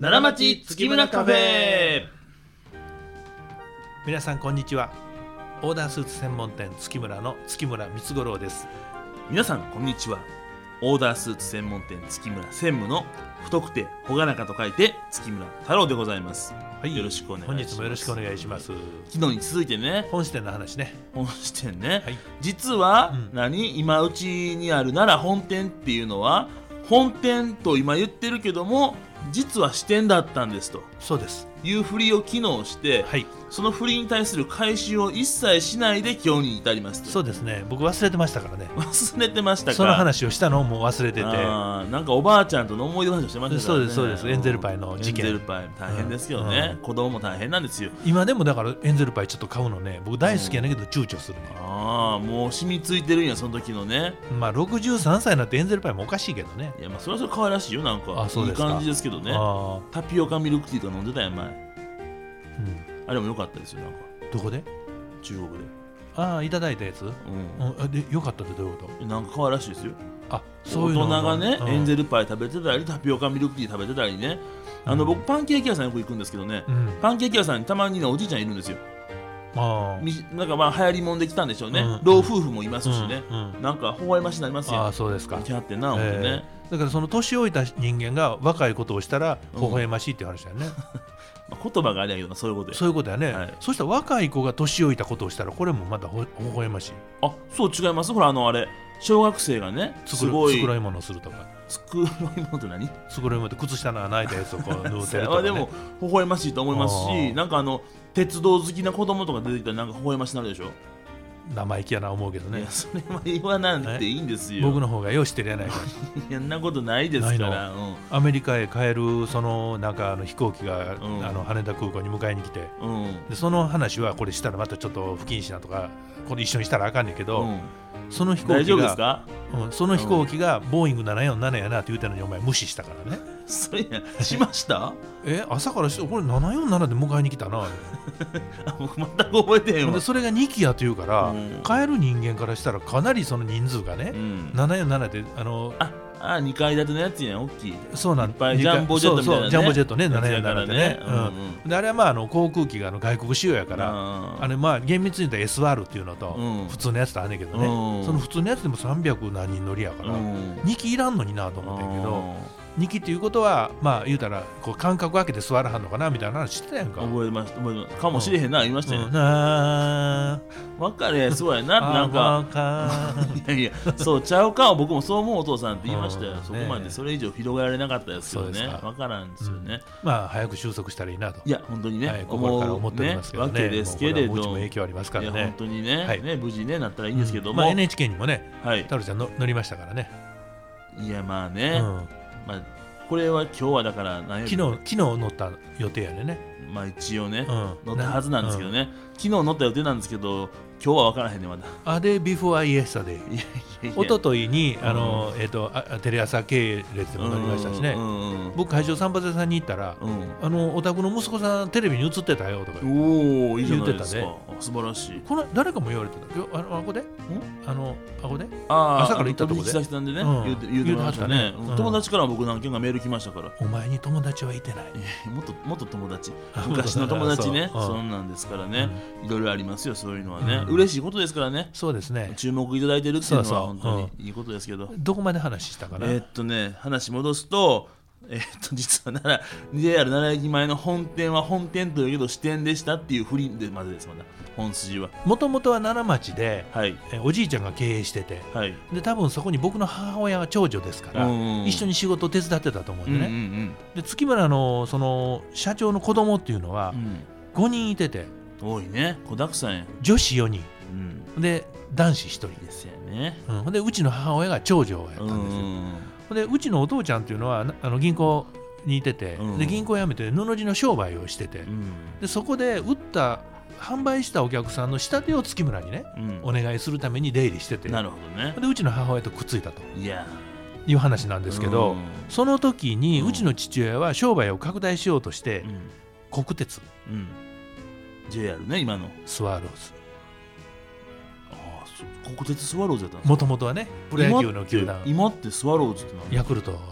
奈良町月村カフェ。 皆さんこんにちは。オーダースーツ専門店月村の月村光五郎です。 皆さんこんにちは。オーダースーツ専門店月村専務の太くて朗らかと書いて月村太郎でございます。 はい、 よろしくお願いします。 本日もよろしくお願いします。 昨日に続いてね、 本支店の話ね。 本支店ね、 はい、 実は、今うちにある奈良本店っていうのは本店と今言ってるけども実は支店だったんですと。 そうです。 いうふりを機能して、はい、そのふりに対する回収を一切しないで今日に至りますと。 そうですね。僕忘れてましたからね。 忘れてましたか。 その話をしたのをもう忘れてて、 なんかおばあちゃんとの思い出の話をしてましたからね。 そうです。エンゼルパイの事件。 エンゼルパイ大変ですよね、子供も大変なんですよ。 今でもだからエンゼルパイちょっと買うのね、僕大好きやねんけど躊躇するね。 もう染みついてるんやその時のね。 まあ63歳になってエンゼルパイもおかしいけどね。 いや、まあそれはそれ可愛らしいよ。なんかいい感じですけどね。タピオカミルクティーとか飲んでたやん前。あれも良かったですよ。なんかどこで？ 中国で。 いただいたやつ？で良かったってどういうこと？ なんか可愛らしいですよ。 そういうの。 大人がね、エンゼルパイ食べてたりタピオカミルクティー食べてたりね。僕パンケーキ屋さんよく行くんですけどね、パンケーキ屋さんにたまにねおじいちゃんいるんですよ。なんかまあ流行りもんできたんでしょうね。老夫婦もいますしね。なんか微笑ましになりますよ。 そうですか。 行きはってんな、思ってね。 だからその年老いた人間が若いことをしたら微笑ましいっていう話だよね。 言葉があれやけどな、そういうことや。 そういうことやね。そしたら若い子が年老いたことをしたらこれもまた微笑ましい。 そう違います。ほらあれ小学生がねすごい繕い物をするとか。 繕い物って何？ 繕い物って靴下の穴開いたやつをこう縫うてるとかね。 でも微笑ましいと思いますし、なんか鉄道好きな子供とか出てきたらなんか微笑ましになるでしょ。 生意気やな思うけどね。 いや、それは言わなんていいんですよ。 僕の方がよう知ってるやないか。 いや、んなことないですから。 アメリカへ帰るそのなんか飛行機が、羽田空港に迎えに来て、でその話はこれしたらまたちょっと不謹慎なとかこれ一緒にしたらあかんねんけど、その飛行機がその飛行機がボーイング747やなって言うてるのにお前無視したからね。 それやしました？ 朝からこれ747で迎えに来たな。 僕全く覚えてへんわ。 でそれが2機やと言うから、帰る人間からしたらかなりその人数がね、747で 2階建てのやつやん、大きい。 そうなんジャンボジェットみたいなね。 ジャンボジェットね、747ってね。であれはまあ航空機が外国仕様やから、まあ厳密に言ったら SR っていうのと普通のやつとあんねんけどね、その普通のやつでも300何人乗りやから、2機いらんのになと思ってんけど、2機っていうことはまあ言うたらこう間隔空けて座らはんのかなみたいな話知ってたやんか。 覚えますかもしれへんな、言いましたよ。分かれそうやなってなんかいやそうちゃうか、僕もそう思うお父さんって言いましたよ。そこまでそれ以上広げられなかったですけどね。分からんですよね。 まあ早く収束したらいいなと。 いや本当にね、 心から思っておりますけどね。 わけですけれど、 うちも影響ありますからね。 本当にね、無事ねなったらいいんですけども、 NHK にもね太郎ちゃん乗りましたからね。 いやまあね、これは今日はだから昨日乗った予定やね。 まあ一応ね、乗ったはずなんですけどね。昨日乗った予定なんですけど、今日は分からへんねまだ。 Day before yesterday。一昨日にテレ朝系列でも乗りましたしね。僕会場散髪屋さんに行ったら、お宅の息子さんテレビに映ってたよとか言ってたね。 素晴らしい。 これ誰かも言われてた。あこで？あこで？ 朝から行ったとこで。 飛びでね言ってましたね。友達から僕何件かメール来ましたから。 お前に友達はいてない。 もっと友達。昔の友達ね。そんなんですからね。いろいろありますよそういうのはね。嬉しいことですからね。 そうですね。 注目いただいてるっていうのは本当にいいことですけど。 どこまで話したかな。 話戻すと。実はJR 奈良駅前の本店は本店というけど支店でしたっていう不倫でまでです。まだ本筋はもともとは奈良町で、おじいちゃんが経営してて、で多分そこに僕の母親が長女ですから、一緒に仕事を手伝ってたと思うんでね。で月村のその社長の子供っていうのは5人いてて、 多いね、子だくさんや。 女子4人、で男子1人ですよね。 でうちの母親が長女やったんですよ。でうちのお父ちゃんっていうのは銀行にいてて、で銀行辞めて布地の商売をしてて、でそこで販売したお客さんの仕立てを月村にね、お願いするために出入りしてて、 なるほどね。 でうちの母親とくっついたという話なんですけど、その時にうちの父親は商売を拡大しようとして、国鉄、 JR ね、今のスワローズ、 国鉄スワローズやったんですか。 もともとはねプロ野球の球団。 今ってスワローズって何？ ヤクルト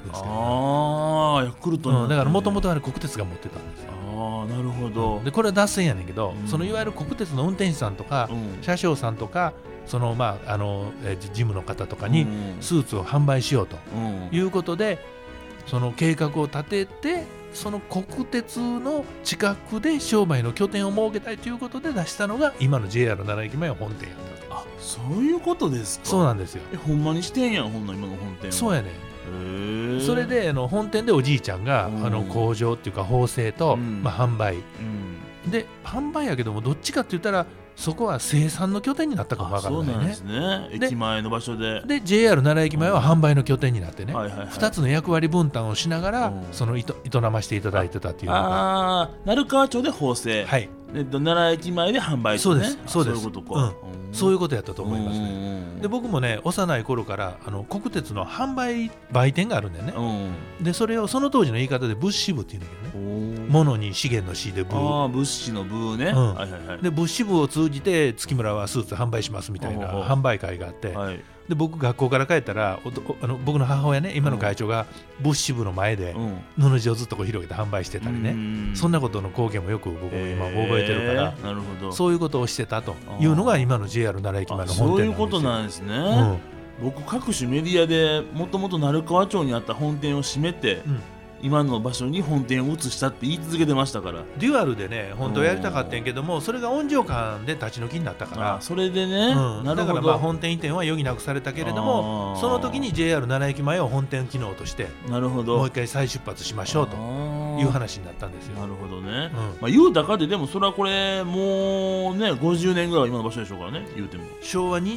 ですけど、ね、 ヤクルトに、 だからもともと国鉄が持ってたんですよ。 なるほど。 でこれは脱線やねんけど、そのいわゆる国鉄の運転手さんとか、車掌さんとかその事務の方とかにスーツを販売しようということで、その計画を立てて、その国鉄の近くで商売の拠点を設けたいということで出したのが今の JR 奈良駅前本店やった。 そういうことですか。 そうなんですよ。 ほんまにしてんやん、ほんな今の本店は。 そうやね。それで本店でおじいちゃんが工場っていうか縫製と、販売、で販売やけどもどっちかって言ったらそこは生産の拠点になったかもわからないね。 そうなんですね。駅前の場所で JR 奈良駅前は販売の拠点になってね、2つの役割分担をしながらその営ましていただいてたっていうのが、 鳴川町で縫製、で奈良駅前で販売、 そうです、 そういうことか、 そういうことやったと思いますね。で僕もね、幼い頃から国鉄の販売売店があるんだよね。でそれをその当時の言い方で物資部っていうんだけどね、物に資源の資で部、 物資の部ね、 で物資部を通じて月村はスーツ販売しますみたいな販売会があって、で僕学校から帰ったら僕の母親ね、今の会長が物資部の前で布地をずっと広げて販売してたりね、そんなことの光景もよく僕も今覚えてるから、 なるほど、 そういうことをしてたというのが今の JR 奈良駅前の本店なんですよ。 そういうことなんですね。僕各種メディアでもともと鳴川町にあった本店を閉めて、今の場所に本店を移したって言い続けてましたから。 デュアルでね本当はやりたかったんやけども、それが温情感で立ち退きになったから、 それでね、 だから本店移転は余儀なくされたけれども、その時に JR 奈良駅前を本店機能としてもう一回再出発しましょうという話になったんですよ。 なるほどね。言うたかででもそれはこれもうね50年ぐらいは今の場所でしょうからね、言うても昭和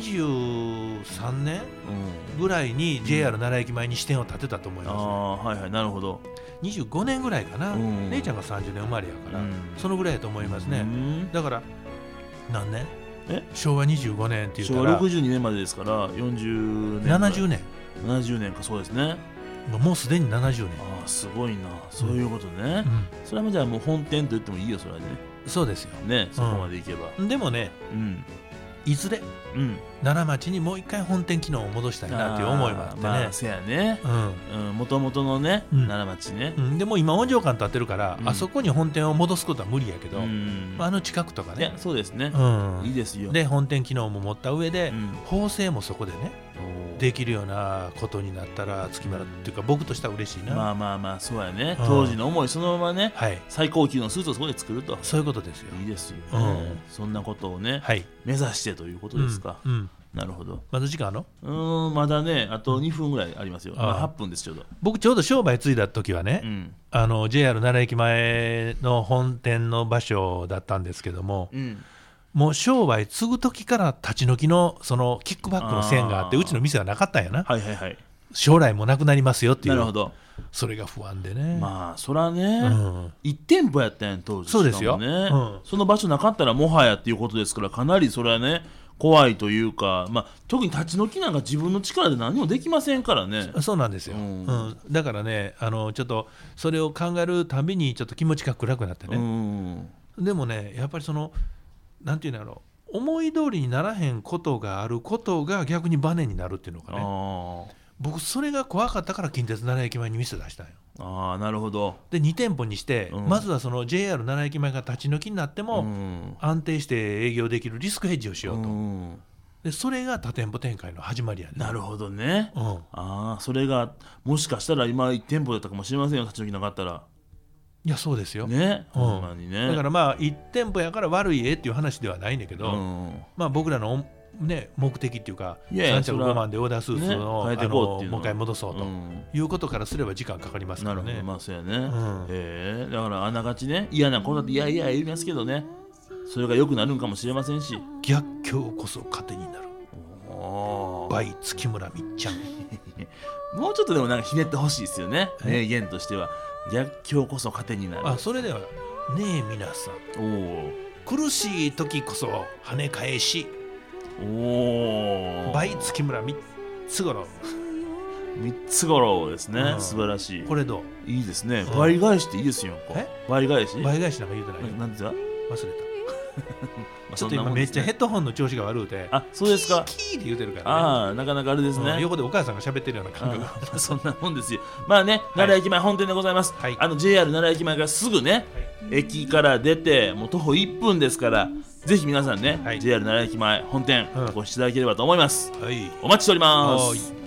23年ぐらいに JR 奈良駅前に支店を建てたと思います、 なるほど。 25年ぐらいかな、姉ちゃんが30年生まれやから、そのぐらいやと思いますね。だから何年？昭和25年って言ったら昭和62年までですから40年 70年 70年か。そうですね、 もうすでに70年。 すごいな。そういうことね、それはじゃあもう本店と言ってもいいよ、それはね。 そうですよね、そこまでいけば、 でもね、いずれ、奈良町にもう一回本店機能を戻したいなという思いもあってね。 せやね、もともとのね、奈良町ね、 でも今温情感立ってるから、あそこに本店を戻すことは無理やけど、近くとかね。 いやそうですね、いいですよ。 で本店機能も持った上で、縫製もそこでねできるようなことになったら月村っていうか僕としては嬉しいな。 まあそうやね、当時の思いそのままね、最高級のスーツをそこで作ると。 そういうことですよ。 いいですよ、そんなことをね、目指してということですか。なるほど。 まだ時間あるの？まだね、あと2分ぐらいありますよ。8分です。ちょうど僕ちょうど商売継いだ時はね、JR 奈良駅前の本店の場所だったんですけども、もう商売継ぐ時から立ち退きのそのキックバックの線があって、うちの店はなかったんやな。将来もなくなりますよっていう。なるほど。それが不安でね。 そらね、1店舗やったんや当時。 そうですよ、 その場所なかったらもはやっていうことですから、かなりそれはね怖いというか、特に立ち退きなんか自分の力で何もできませんからね。 そうなんですよ、だからねちょっとそれを考えるたびにちょっと気持ちが暗くなってね、でもねやっぱりそのなんていうんだろう、思い通りにならへんことがあることが逆にバネになるっていうのかね。僕それが怖かったから近鉄奈良駅前に店出したんよ。 なるほど。 で2店舗にして、まずはその JR 奈良駅前が立ち退きになっても、安定して営業できるリスクヘッジをしようと、でそれが多店舗展開の始まりやね。 なるほどね、それがもしかしたら今1店舗だったかもしれませんよ、立ち退きなかったら。 いやそうですよね、ほんまにね。 だから1店舗やから悪いっていう話ではないんだけど、僕らの目的っていうか3着5万でオーダースーツをもう一回戻そうということからすれば時間かかりますからね。 なるほど、そうやね、だからあながちね嫌なことだって言いますけどね、それが良くなるんかもしれませんし、 逆境こそ糧になる。バイ月村みっちゃんもうちょっとでもなんかひねってほしいですよね、名言としては。逆境こそ糧になる。 それではねえ皆さん、苦しい時こそ跳ね返し。倍月村三つごろ。 三つごろですね、素晴らしい。 これどう？ いいですね。倍返しっていいですよ。倍返し？ 倍返しなんか言うてない。 なんでだ？ 忘れた。 ちょっと今めっちゃヘッドホンの調子が悪うて、 あ、そうですか。 キーって言うてるからね。なかなかあれですね。 横でお母さんが喋ってるような感覚。 そんなもんですよ。まあね、奈良駅前本店でございます。JR 奈良駅前がすぐね、駅から出てもう徒歩1分ですから、ぜひ皆さんね、JR 奈良駅前本店お越しいただければと思います。お待ちしております。